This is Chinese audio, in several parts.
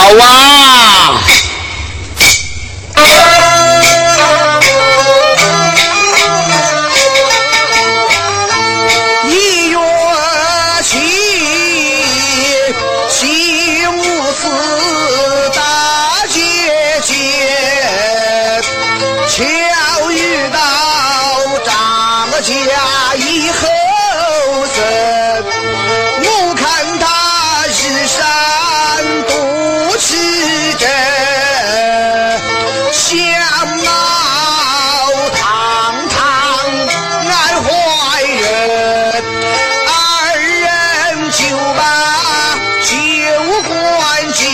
啊！ 一月起，西吴寺大姐姐，巧遇到张家一后生，我看他日山多气正，相貌堂堂爱怀人，二人就把酒欢结，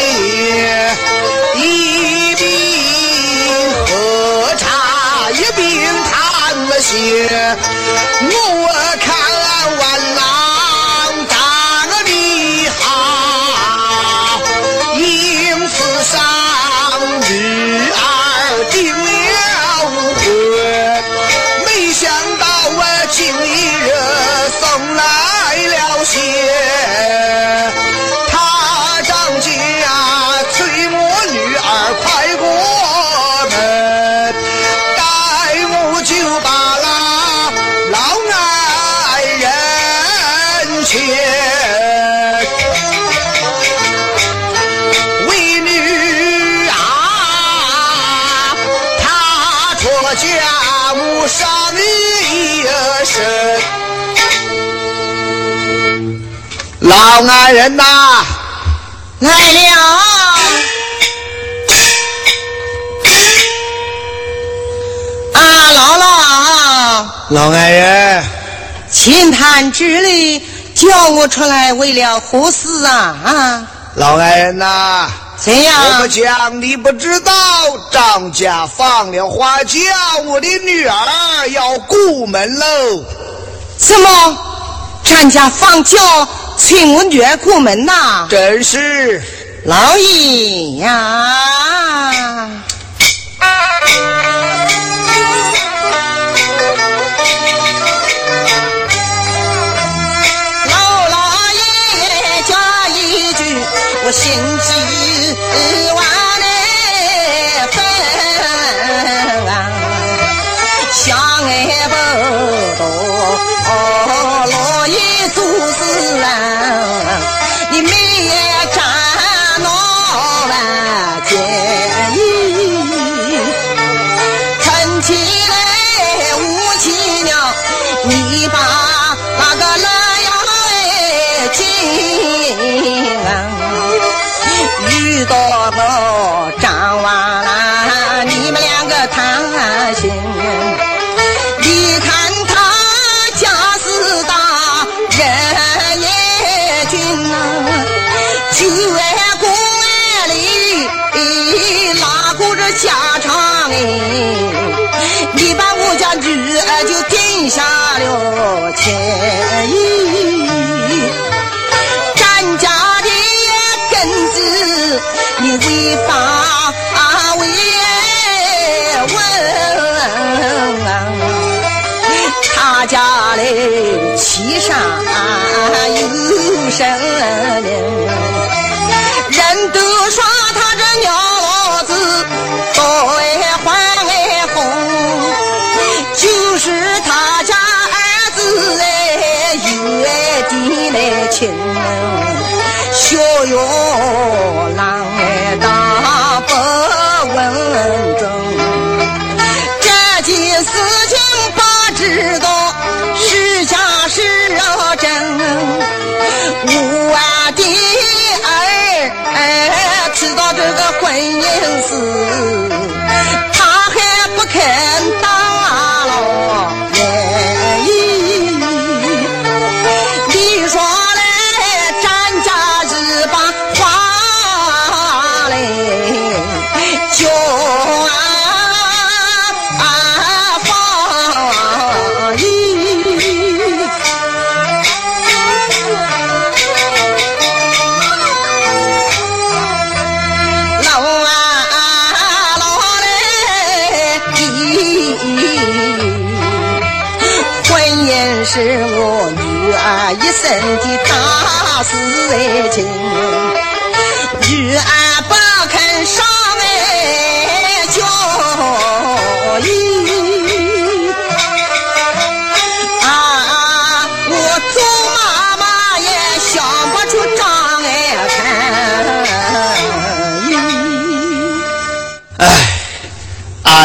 一并喝茶一并谈了些，我看万郎长得厉害，因此上女儿定了婚，没想到今日送来了信，他张家催我女儿快过门，待我就把老爱人牵，为女啊，她做家务上一身，老爱人呐， 来了。 老爱人， 清谈之类叫我出来为了何事啊？ 老爱人呐， 怎样？ 我不讲你不知道，张家放了花轿，我的女儿要过门喽。 什么？张家放轿催我女儿过门呐？ 真是。 老爷呀！我心急万难分，相爱不多，老爷做事啊，你没占闹万建议，趁起来无气娘，你把那个人要进啊。遇到我张娃啦，你们两个谈心，你看他家世大，人也俊啊，就爱公爱里拉过这家常哎，你把我家女儿就定下了牵引，咱家的根子你违法为问，他家里欺上有神人都说他这鸟子多爱欢爱红，就是他家儿子有爱的来亲，逍遥郎大不稳重，这件事情不知道是假是真，我的儿知道这个婚姻事，他还不肯大老愿意，你说嘞，咱家是把话嘞就放一，老嘞，婚姻是我女儿一生的大事情，女儿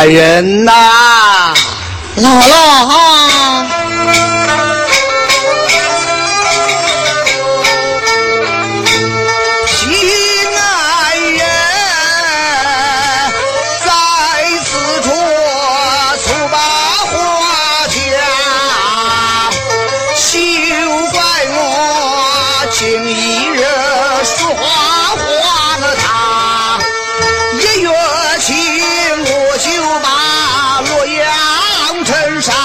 爱人呐， 姥姥， 亲爱人，在此处促把花香，休怪我轻易惹说花花了他。一月情，我就把洛阳城上，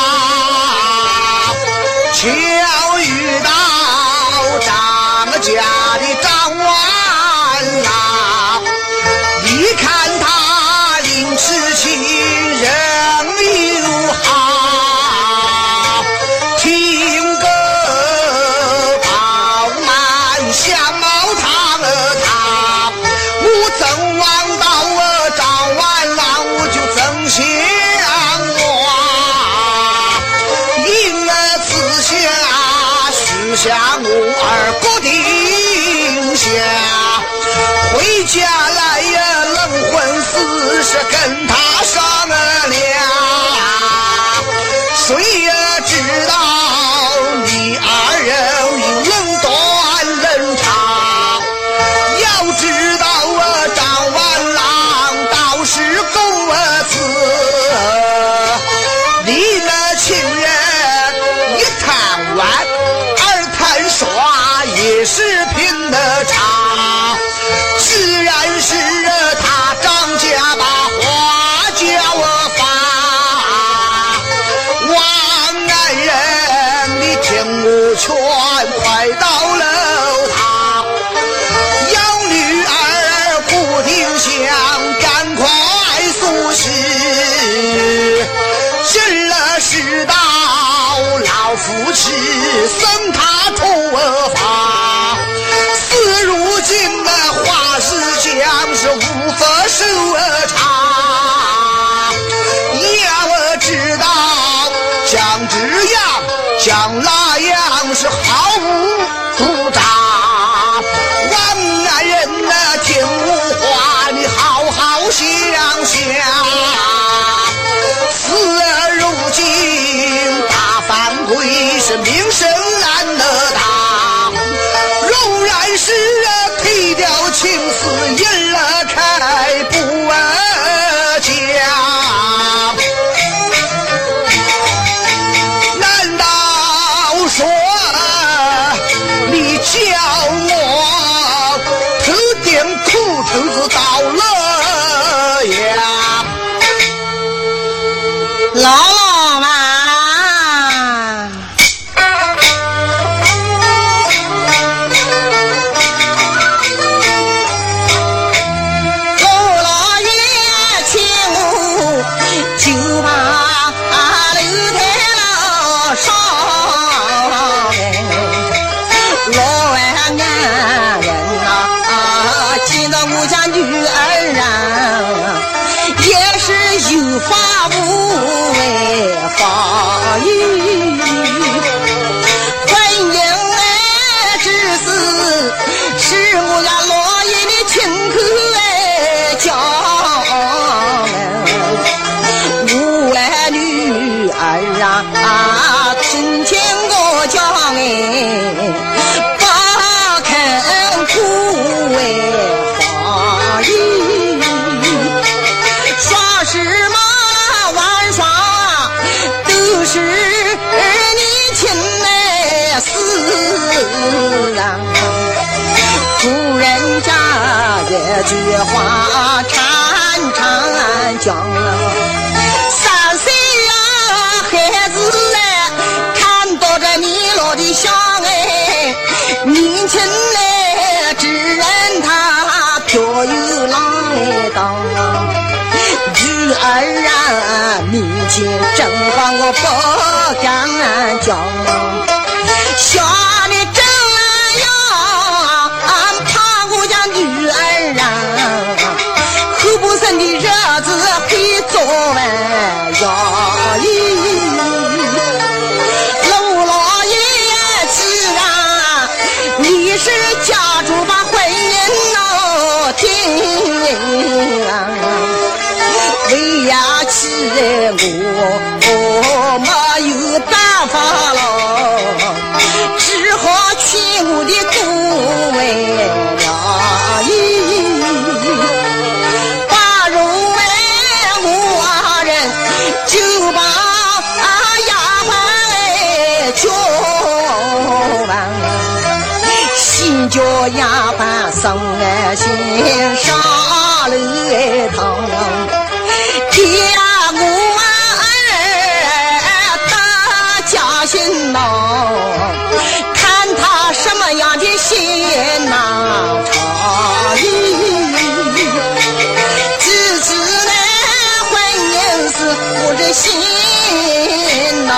巧遇到张家的张万郎，一看他临痴情人又好，听歌饱满相貌堂堂，我曾望到张万郎，我就曾想我因了此下许下我儿国定下，回家来呀冷婚死是跟他商量，谁也知道你二人有冷短冷长，要知道张万郎倒是公子，离了情人一贪玩，二贪耍也是拼得长，自然是他张家把花交发。王安人，你听我劝，快到楼堂，要女儿不停想，赶快苏醒，进了世道老夫妻生他出发，似如今的话是讲是无法收场，要知道讲这样讲那样是毫无主张，王安人呢听我话，你好好想想，此如今大犯规是名声难得当，仍然是推掉情丝引了开不讲，难道说你叫我头顶裤头子到了呀？ 姥姥嘛，老爷请我就把楼台楼上老安人啊，见到我家女儿啊，也是有法无为法语，欢迎之事是我家老爷的亲口讲，我爱女儿啊，听见我讲不肯不为法语，耍什么玩耍都是你亲的事啊，主人家这句话常常讲，3岁呀孩子来看到这你老的相哎，年轻来只认他飘有浪来当，女儿啊面前真话我不敢讲，想你真呀怕我家女儿啊后不生的日子会早晚呀陆老爷既然你是家主把婚姻闹定为呀妻丫鬟送来信上了堂，爹我儿大家心恼，看他什么样的心呐肠意，只知呢婚姻是我的心呐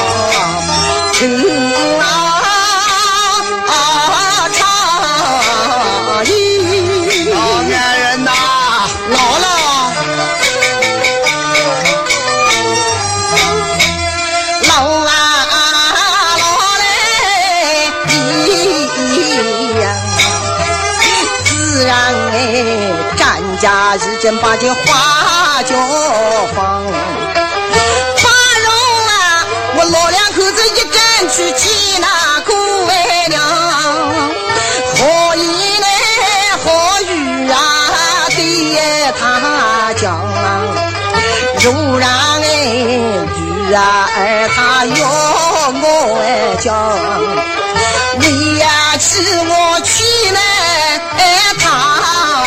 家日间把这花就放，花容啊，我老两口子一阵去见那姑为娘，何以呢何语啊对他讲，如然女儿他要我讲，为呀是我去呢他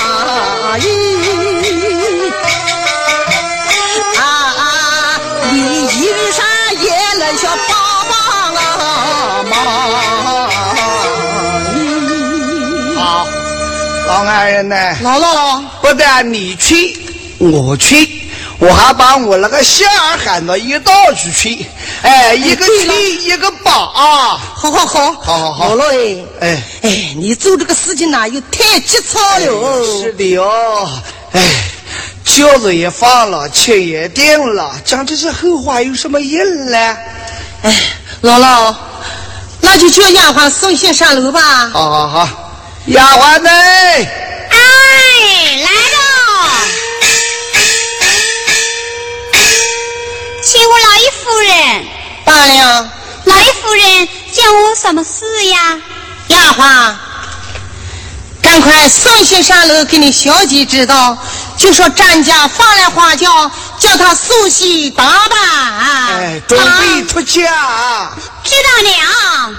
你衣裳也能像帮忙啊忙好，老爱人呢？ 老不但你去，我去，我还把我那个小儿喊到一道去，哎，一个去一个把啊！ 好， 好了哎， 你做这个事情哪有太急躁了？ 是的哦，哎。轿子也放了，钱也定了，讲这些后话有什么用呢？ 哎，老，那就叫丫鬟送信上楼吧。 好，丫鬟呢？ 哎，来了，请我老爷夫人。 罢了。 老爷夫人叫我什么事呀？ 丫鬟，赶快送信上楼给你小姐知道。就说张家放来花轿，叫他梳洗打扮， 哎，准备出嫁。 知道了。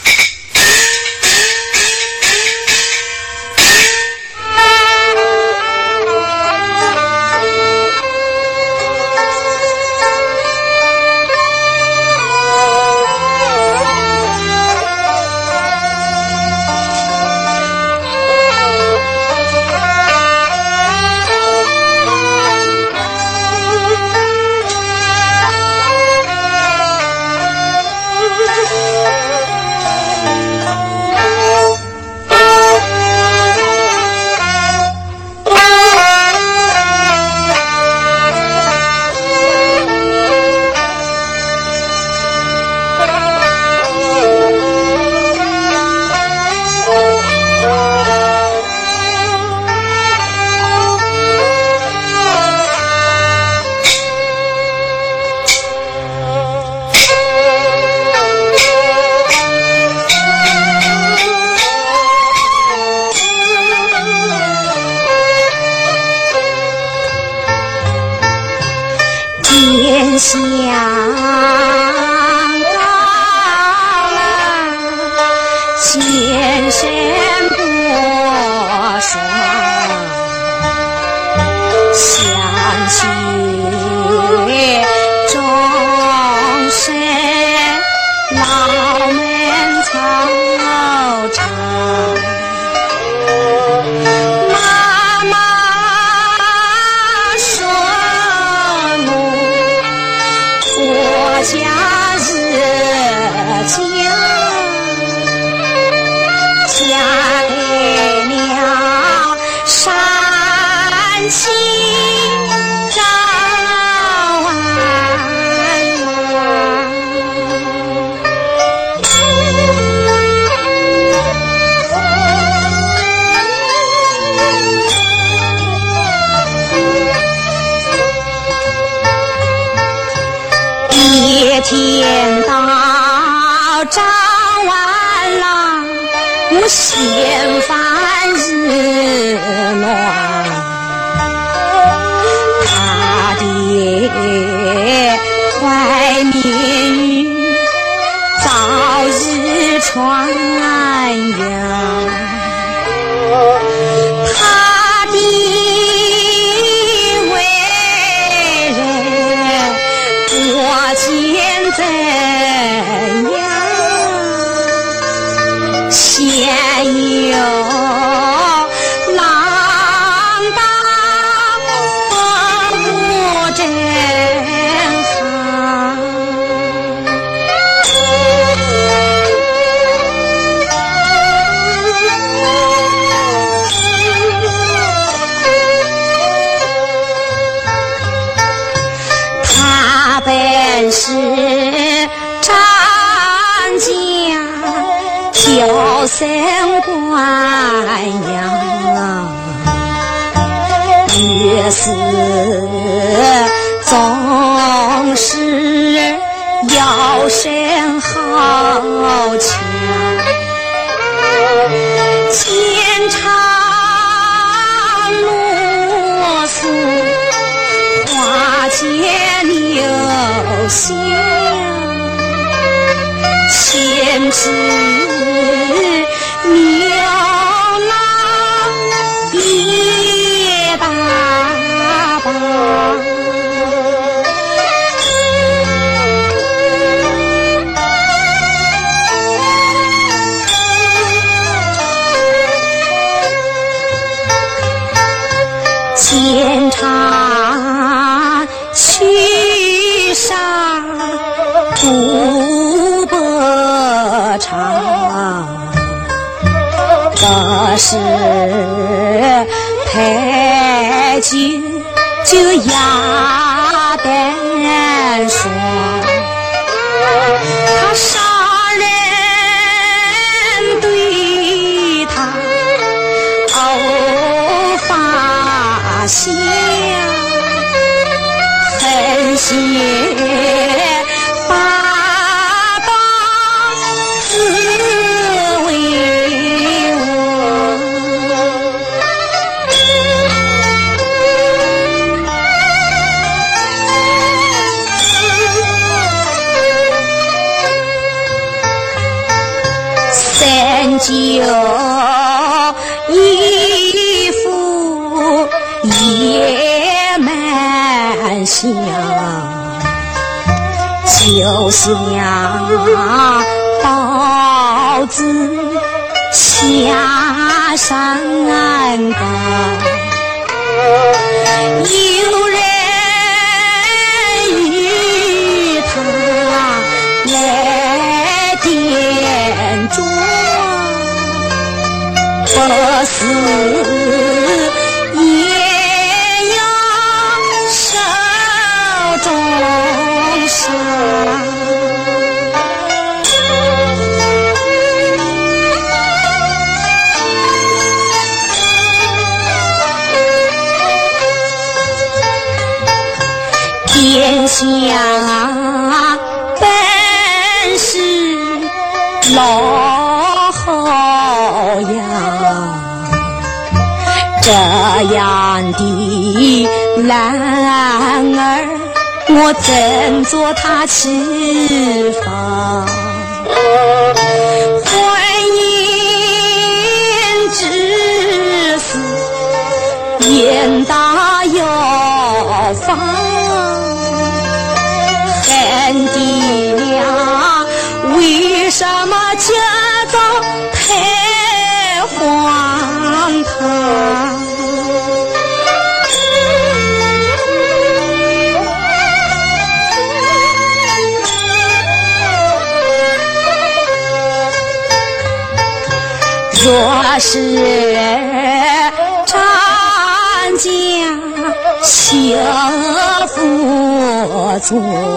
天道照完了，我掀翻日乱，他的坏命运早日传扬。 是张家娇生惯养，于是总是腰身好强，牵肠啰嗦，花间留香，牵制牛郎一大把。牵肠须上不伯长，可是配酒就鸭蛋霜，他杀人对他偶发香，狠些把刀自为王。三九一副也蛮香，就像包子下山岗，有人与他来点妆，不是也要手中伤。天下本是老好呀，这样的男儿我怎做他妻房？婚姻之事严打要防，恨的俩为什么就遭太荒唐？若是张家幸福做，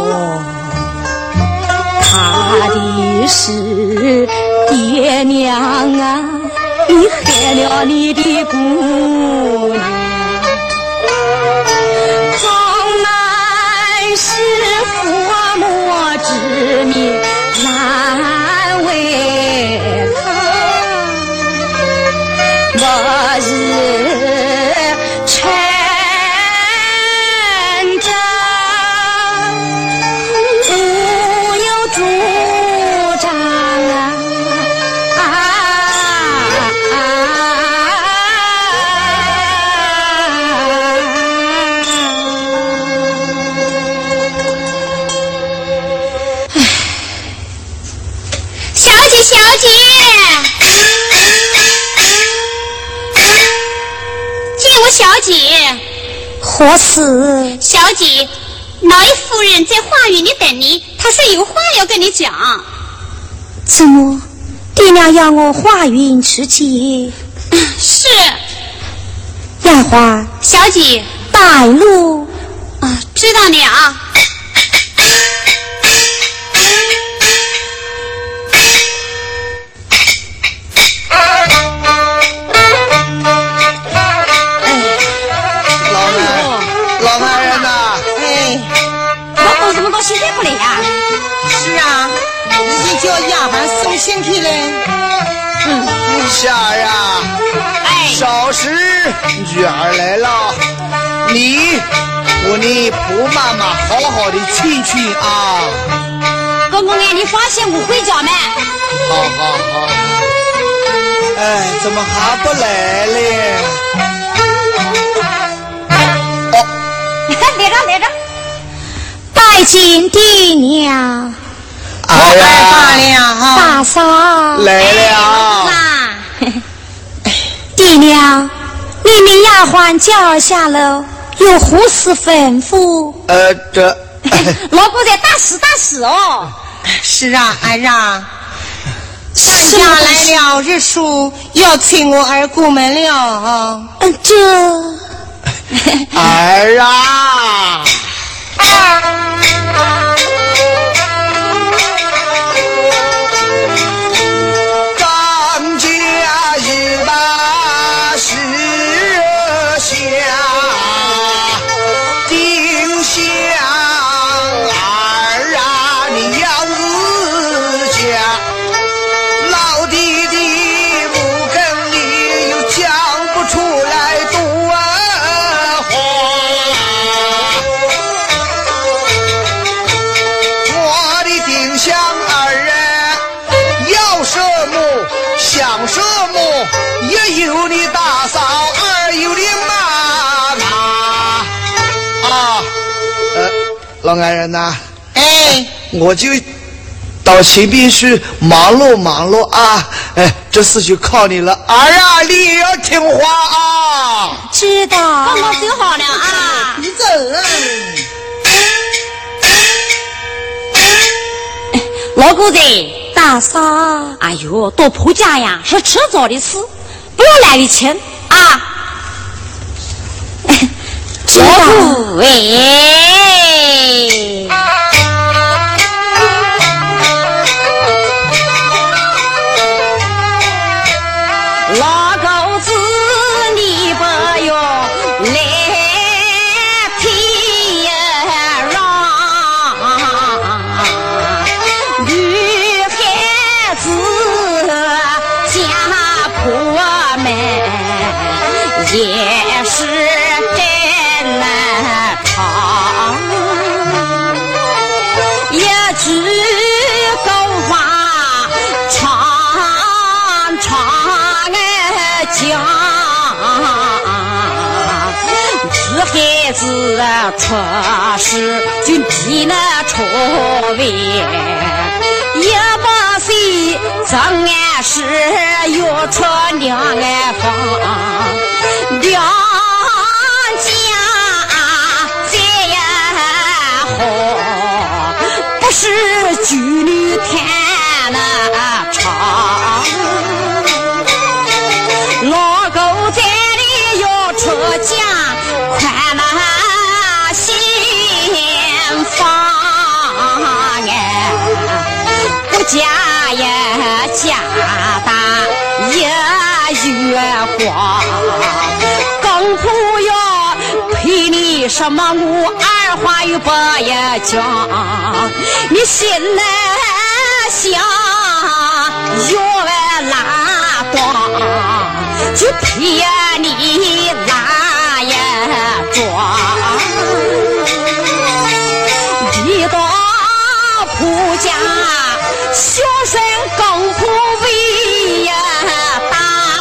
他的是爹娘啊，你害了你的姑娘，终乃是父母之命难为他，我日趁着无有主张小姐，小姐，见我小姐。 何事？ 小姐，老爷夫人在花园里等你，她说有话要跟你讲。 怎么，爹娘要我花园去接？ 是。 丫鬟， 小姐， 带路。 知道了。 丫鬟送信去嘞。 霞儿啊，稍时女儿来了，你和你婆妈妈好好的亲亲啊。 公公哎，你放心，我回家没？ 好。哎，怎么还不来嘞？ 来着，拜见爹娘。 哎呀， 大嫂来了。 爹娘，你们丫鬟叫儿下楼，有何事吩咐？ 这老姑在大事哦。 是啊，儿啊，咱家来了日数，要催我儿过门了啊。 儿啊。张家一把是下，定下儿啊，你要自家。老弟弟不跟你又讲不出来多话。我的丁香儿啊，要什么想什么，也有你大嫂儿有你妈妈啊。老爱人呐，我就到前边去忙碌啊。这事就靠你了，儿啊，你也要听话啊。 知道，公公走好了啊。 你走。 老姑子，大嫂，哎呦，到婆家呀是迟早的事，不要来得轻啊。老姑老狗子你不要来提让，女孩子家婆们也是真难长，一句狗话长讲，这孩子出事就比那出位，也不是正安是又出两岸房，两家再好，不是举女谈那长。老狗在里要出家，快拿新房不家呀家大也月光，更不要陪你什么我二话又不也讲，你心内想有拉光，就陪你拉呀装，一到婆家孝顺更不为呀大，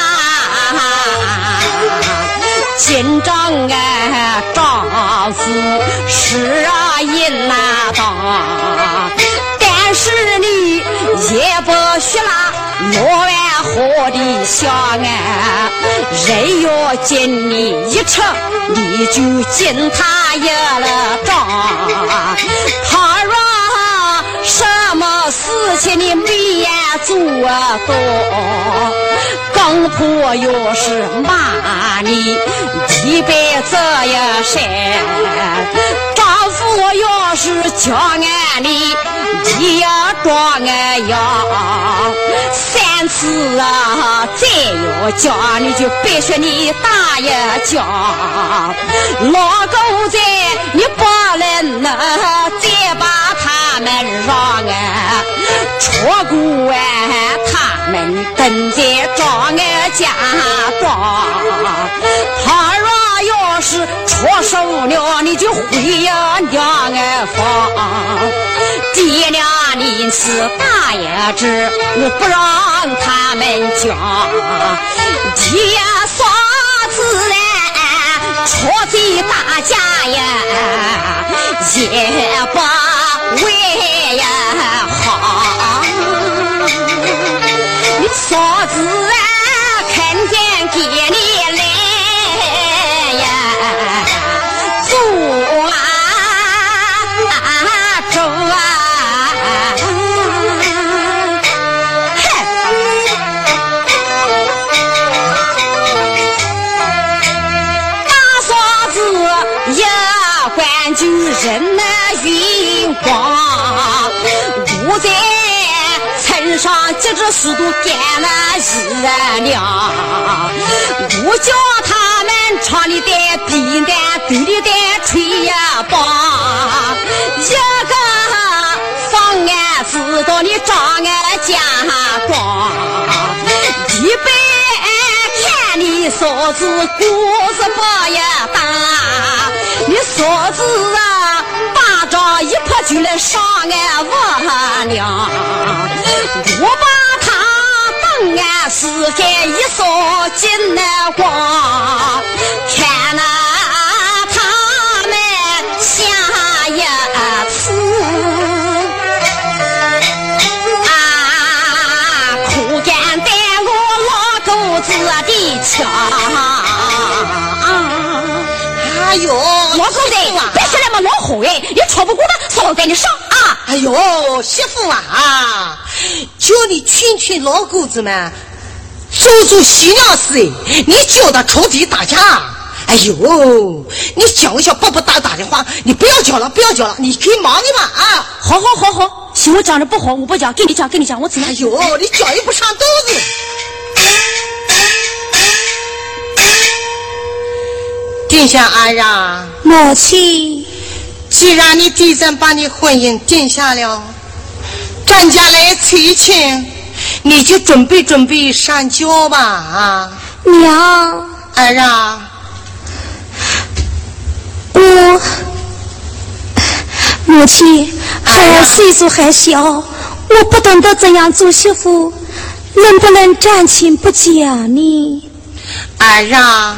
紧张丈夫是应那当，但是你也不许拉落完好的相人要见你一程，你就见他一了账，他若什么事情你没眼做到，更婆要是骂你一辈子也善，丈夫要是叫俺你你也装俺样，三次再要叫你就必须你大爷讲，老狗仔你不能再把他们让戳骨他们跟在张俺家庄。他若要是戳手了，你就回呀娘俺房。爹娘临死大爷知，我不让他们讲。爹嫂子戳贼大家呀，也不为呀好。你嫂子肯定给你来呀做粥就人那云光，我在村上接着速度干那日亮，我叫他们厂里的逼的队里的吹呀棒，一个方案知道你张俺家庄，一百看你嫂子骨子不也大，你嫂子巴掌一拍就来上俺我娘，我把他当俺是该一扫进那光，看那他们下一次苦干带我老狗子的枪。 哎呦， 老狗子，别说那么老虎哎，你吵不过他，算我给你上啊！ 哎呦，媳妇啊，叫你群老狗子们做做喜娘事哎，你叫他朝底打架。哎呦，你讲一下啵啵哒哒的话，你不要讲了，不要讲了，你可以忙你嘛啊！ 好，行，我讲的不好，我不讲，跟你讲，我怎么？ 哎呦，你讲也不上兜子。定下儿啊， 母亲， 既然你弟咱把你婚姻定下了，咱家来催亲，你就准备上轿吧啊！ 娘， 儿啊， 母亲，孩岁数还小，我不懂得怎样做媳妇，能不能暂亲不讲呢？ 儿啊，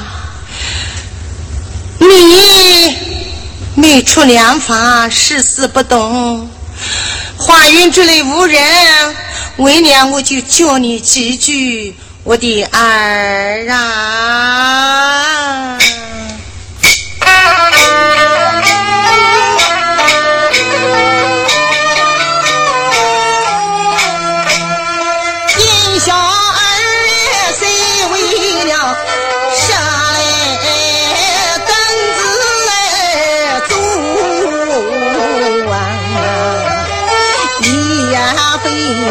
你没出良法，世事不懂，花园之内无人，为娘我就教你几句，我的儿啊。小儿谁为了下来根子走啊，你呀非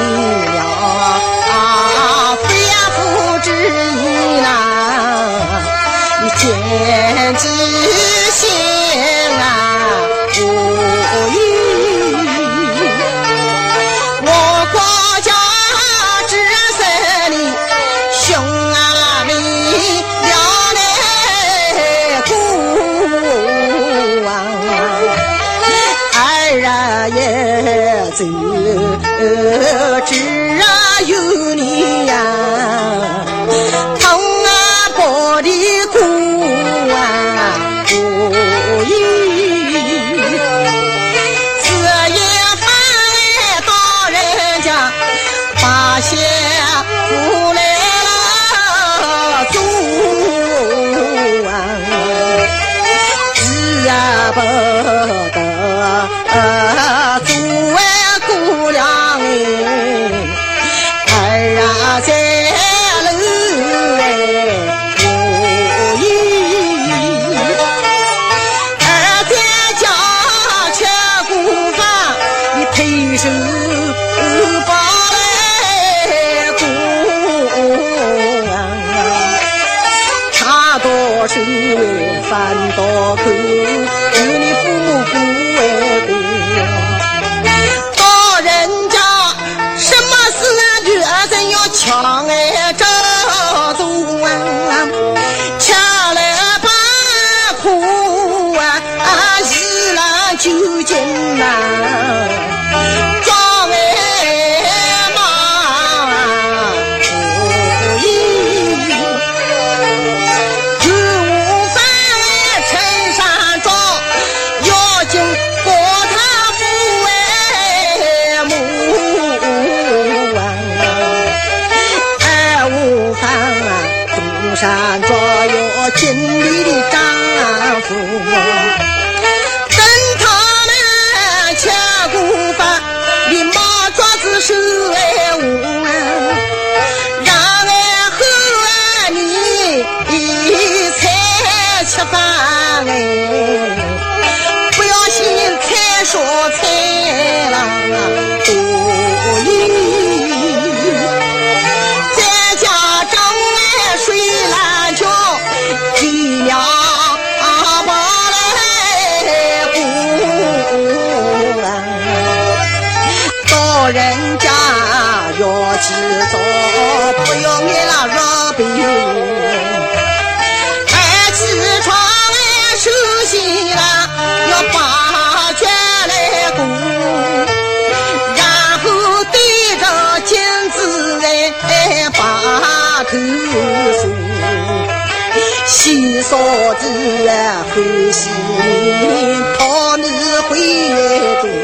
了非呀不知意啦，你简直性啊无语，我国家兄啊，你了来哭啊，儿啊也走，只啊有你呀，疼啊抱的哭啊，无语，这一番到人家发现不来。不得作为姑娘儿啊在楼无语，儿在家吃过饭，你推手抱来姑茶多手饭多口，你父母不为过，到人家上究竟呐，庄哎妈不依，举无反陈山庄，要经过他父哎母二无反东山庄有经历的丈夫。是爱无让爱和你才吃饭哎，不要信才说才啦多疑，在家中爱睡懒觉，几两把来顾到人家要知道，不要挨了热病。起床收洗了，要把卷来顾，然后对着镜子把头梳，洗扫子后洗脸，讨你回中。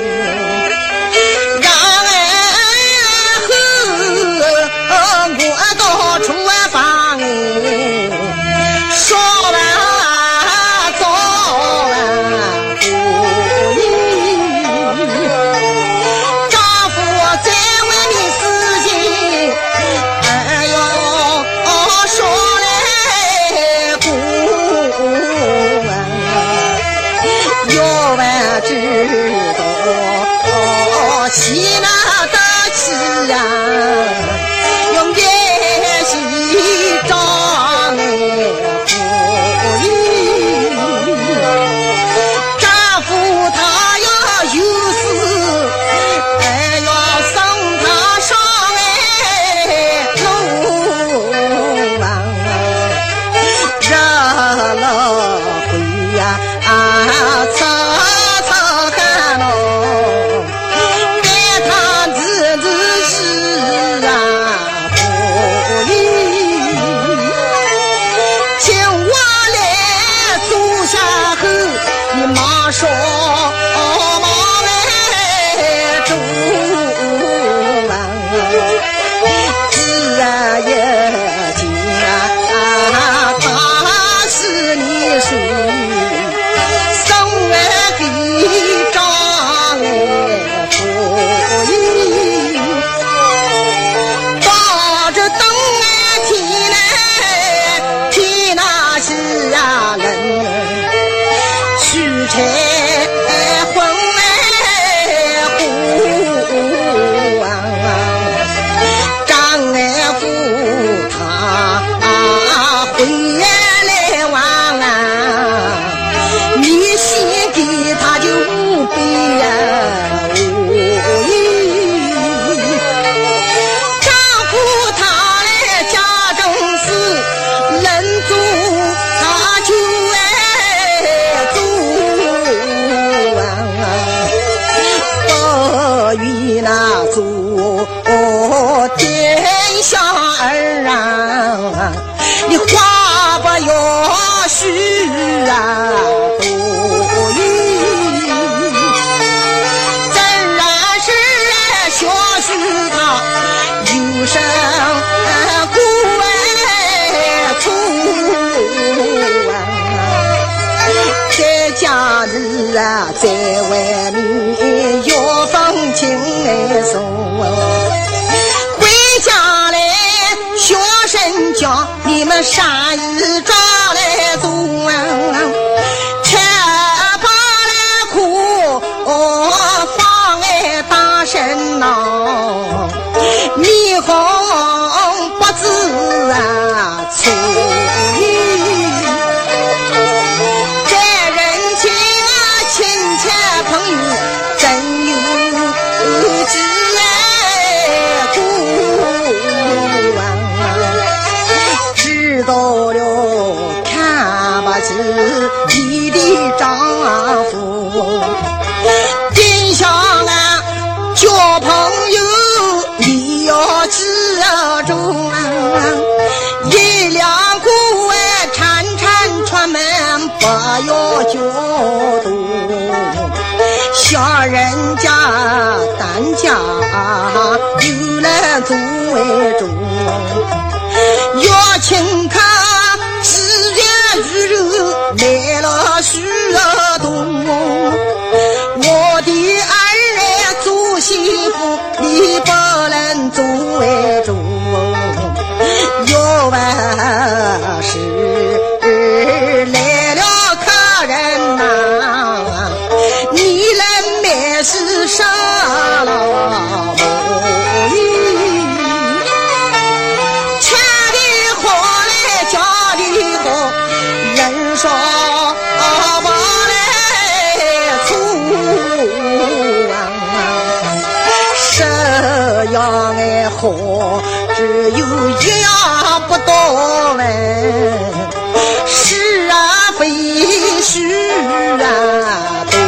我到厨房说完早完不依，丈夫在外面事情哎呦说来不要完知道气那得气呀，用眼洗账不依，丈夫他要有事哎要送他上路热了回呀擦擦汗喽，带他日子是不依，请我来坐下后，你马上来住自然也见他是你属送来给张不依，抱着灯天来天那是呀冷，取柴混糊张爱夫他回来晚你先给他就无必呀无依，丈夫他来家中事人做他就做不与那做天下儿啊，你话不要虚啊不依，自然是学习他有生故在家日在外面要放情送，回家来学生教你们善意抓来做吃饱了苦放大身囊，霓虹不知粗意，在人情亲戚朋友真有知知道了看不起你的丈夫， 要教导，小人家担家有人作为重，要请看自然日肉来了许多，我的儿来做媳妇，你不能作为主，要问是来了客人呐，你能没事上了钱的活来家里头人说不来粗这样的活只有一样不多问，是啊非是啊都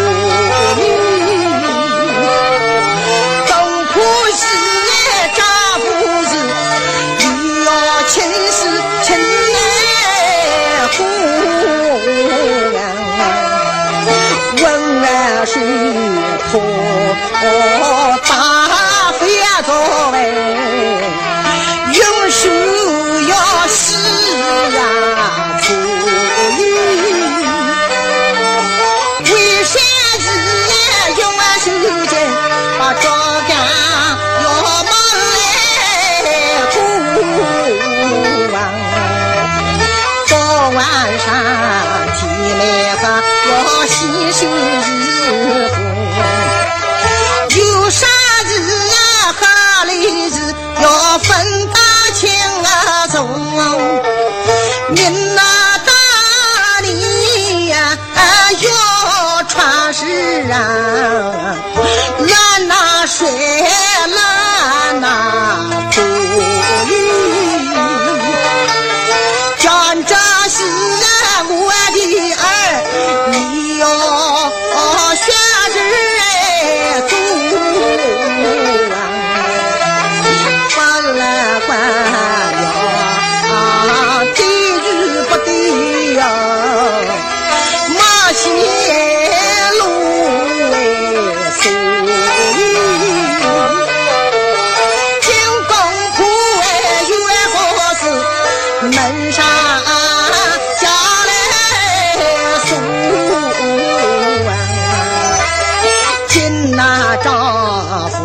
总苦是丈夫子，你要亲事亲来护问问谁托大飞作为用手要死啊出为啥子用啊手间把庄稼要忙来顾到晚上体内上要洗手日有啥子啊哈里子要分大清啊重您那大理呀要传世啊烂那水烂那土讲这是我的儿你要学着做管了管了对与不对呀马些路所经功夫越好事门上下来送今那丈夫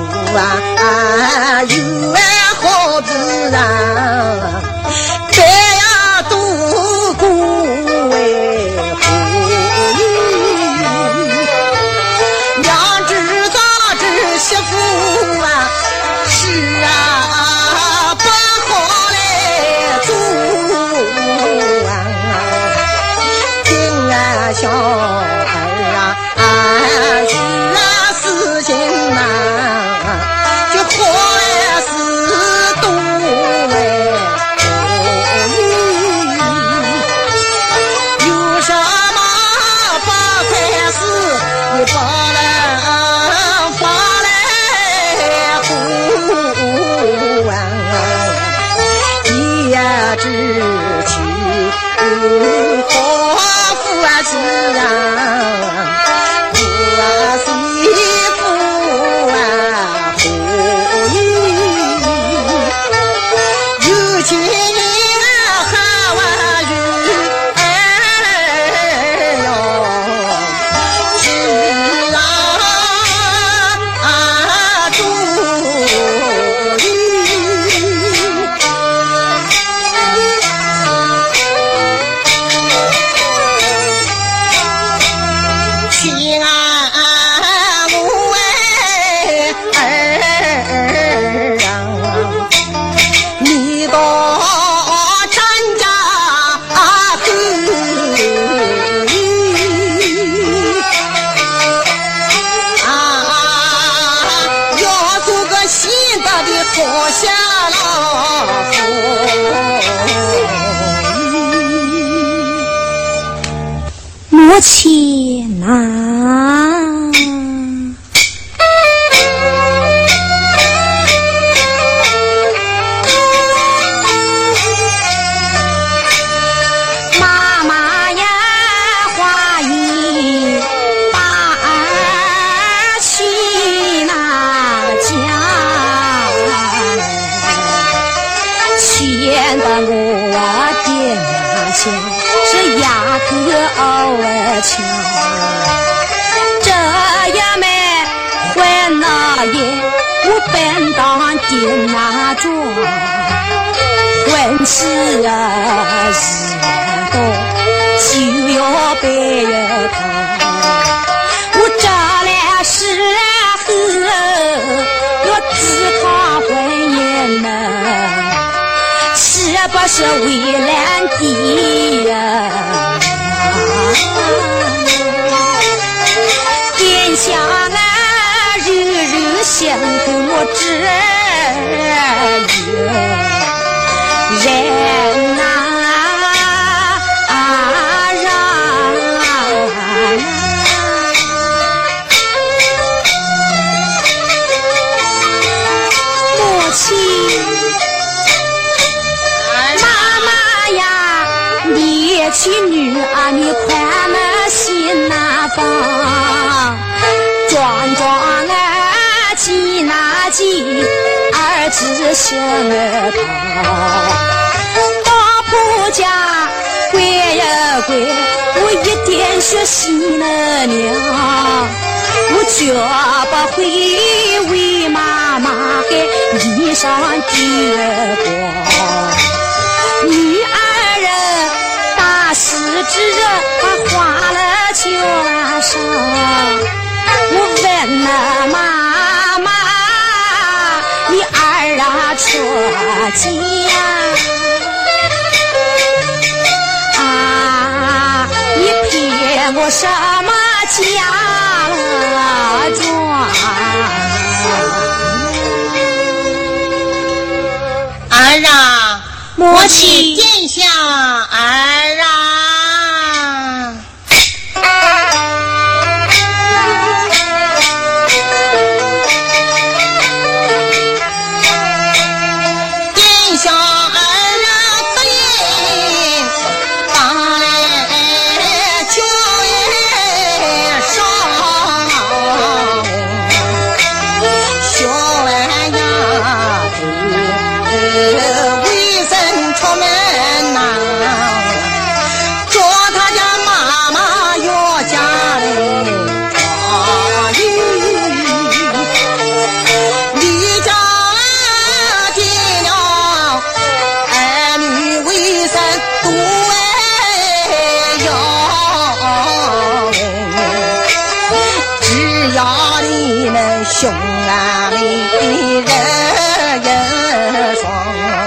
有好子啊这样度过娘知道这媳妇啊是啊不好来做听啊小儿是事情就活是多有什么不快事你不能发来呼你呀知其何夫啊是啊我媳妇啊有钱人还我女儿哟是亲啊我儿你到咱家要做个新的好下老夫母亲啊妈妈呀话情，这也没坏那夜，我本当的那桩婚期一到就要被人看，我这来时候要自抗婚姻呢，岂不是为难的呀？殿下啊，日日心跟我织人呐母亲妈妈呀，你妻女啊，你快么心那方壮壮啊，记那记儿子心儿旁，到婆家跪呀跪，我一点学习了娘，我绝不会为妈妈给衣裳的光，女儿人大喜之日花了就上，我问了妈妈，你儿啊出嫁啊，你骗我什么家了庄？ 儿啊，母亲殿下儿啊，殿下儿啊，不应把来就上，小儿呀为人出门呐，说他家妈妈要家来抓你家的了儿女为人多要，只要你们兄啊妹人双，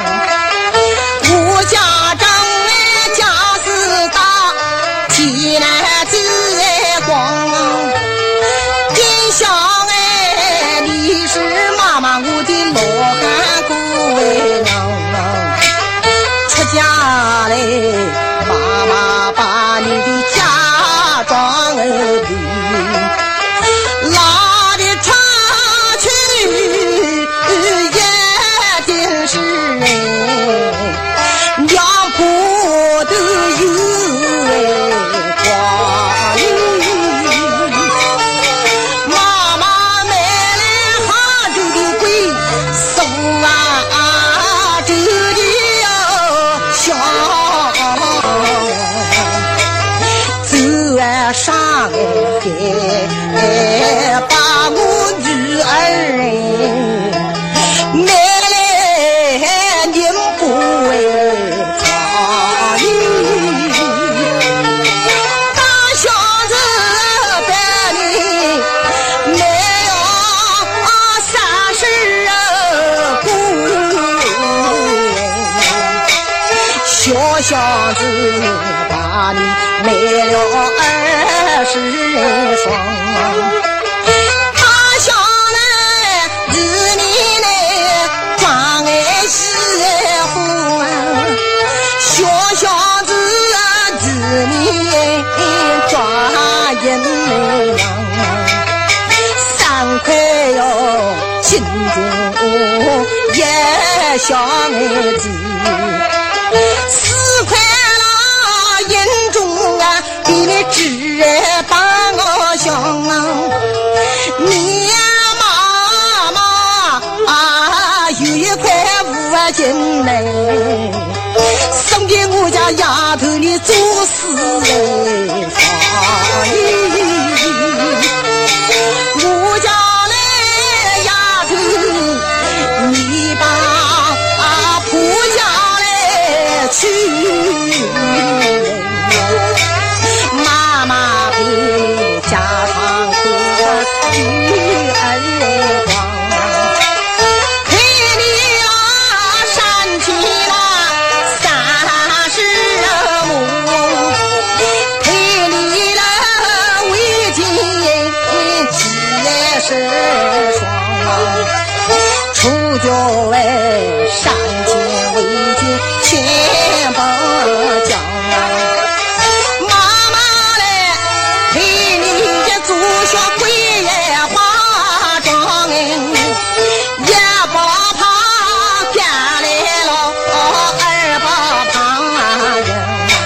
我家长家世大，体来子光，殿下你是妈妈我的罗汉姑娘，出家来妈妈把你的嫁妆给拉的出去，一定是两婆都有光，妈妈买来杭州的贵，送这里香，走上来把我女儿买来宁不为长大小子百里没有30姑，小小子把你买了20双，大小呢是你呢装媳妇，小小子是你抓银两，3块哟金钟也小妹子，4块了银钟啊，比你值把我想你呀妈妈啊，有一块5金嘞，送给我家丫头你做事嘞。 下床哭女儿光。陪你山去30亩，陪你围巾结是双，出脚山前围巾千把浆。妈妈嘞陪你祖学会也化妆，也不怕变来了二把旁人，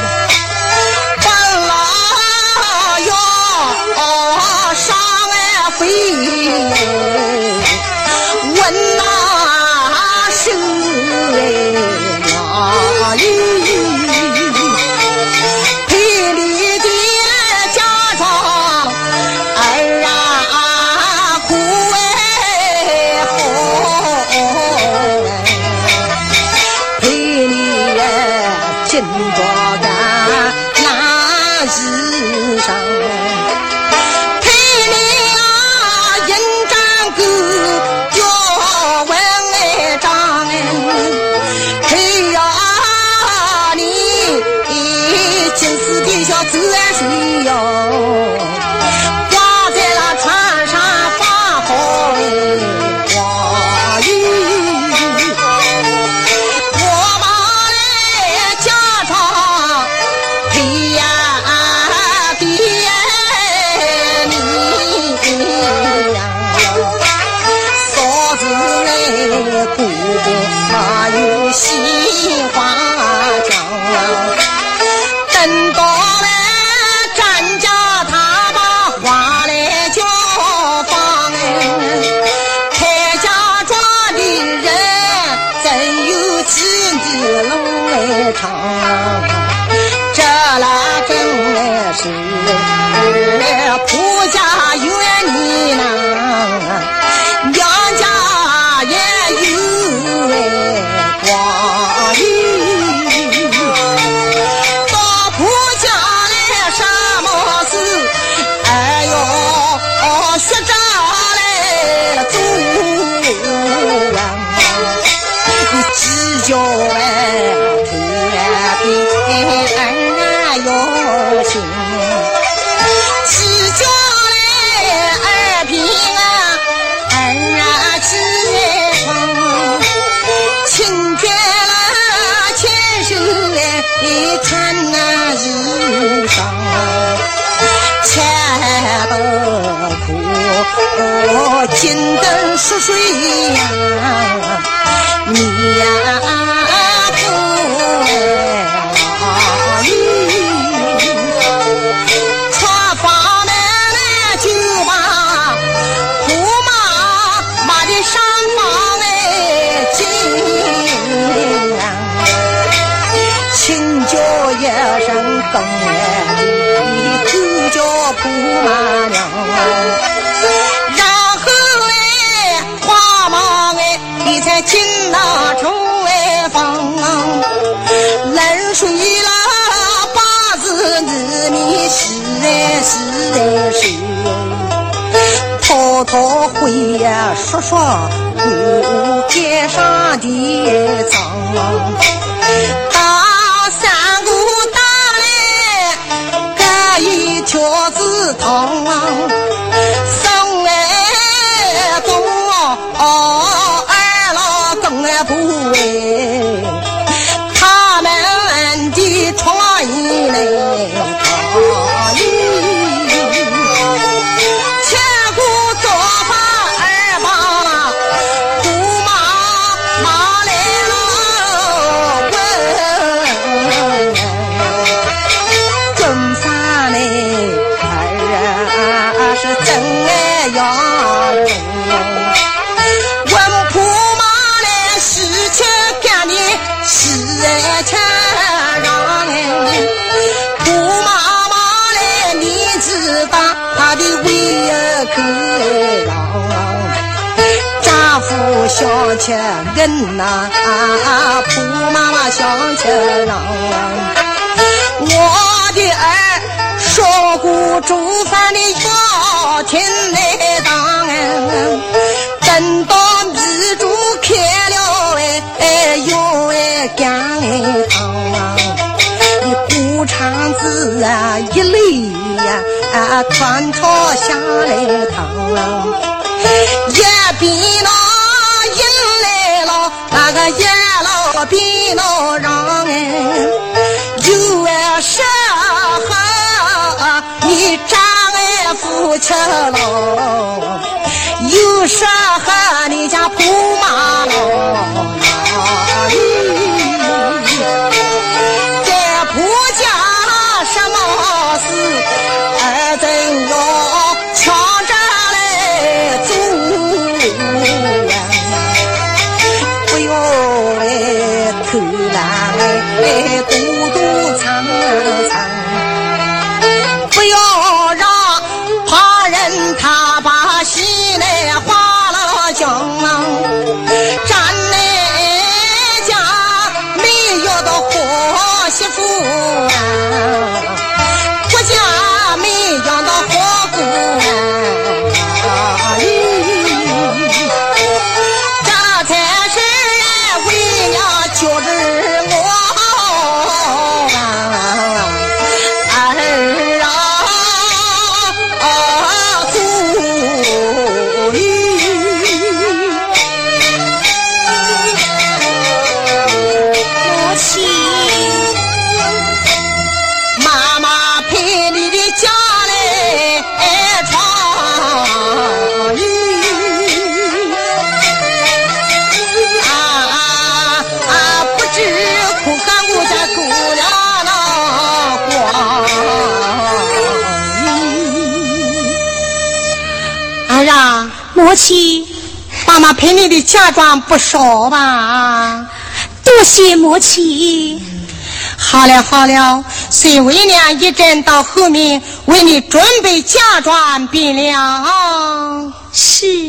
本来要上飞问那是哪一陪你的家庄儿啊哭红，陪你紧着干那日上，陪你引战歌叫问章，陪呀你金丝的小自然水哟，挂在那船上发好花雨，我把嘞家常陪呀给你呀，嫂子嘞姑姑她有喜花浆，等到了咱家他把花来交放，开家庄的人真有几里路来长，这啦真是婆家怨你呐，娘家也有光阴，到婆家来什么事哎呦学着来做啊，只叫天边儿有情，只叫二平儿起床，亲眷了牵手看那日上，前不哭金灯熟睡呀，你呀船房门就把胡妈的上房进，亲叫一声更你就叫姑妈娘，然后花妈你才进那厨房，冷水了八字子你是偷偷回呀说说不街上的脏，大三姑大嘞隔一条子汤，生公二老更不为他们的创意嘞可以，千古做法二把姑妈来了问，中山嘞儿是真要问婆妈嘞事情干的是钱让人，婆妈妈嘞你知道她的为可让丈夫想起人呐，婆妈妈想起让我的儿说过不煮饭的要听来当，等到米煮开了又干汤，你鼓肠子啊一累呀团朝下来汤，也比那引来了那个也老比那让有时候你长夫妻了，有时候你家不骂了，再不讲什么事儿真要抢着来做，不要来偷懒来嘟嘟藏藏，不要让旁人他把心来花了浆，咱来家没有的活媳妇国家没有的活姑这才是为了就是我母亲， 妈妈陪你的嫁妆不少吧？ 多谢母亲。 好了好了，随为娘一阵到后面为你准备嫁妆便了。 是。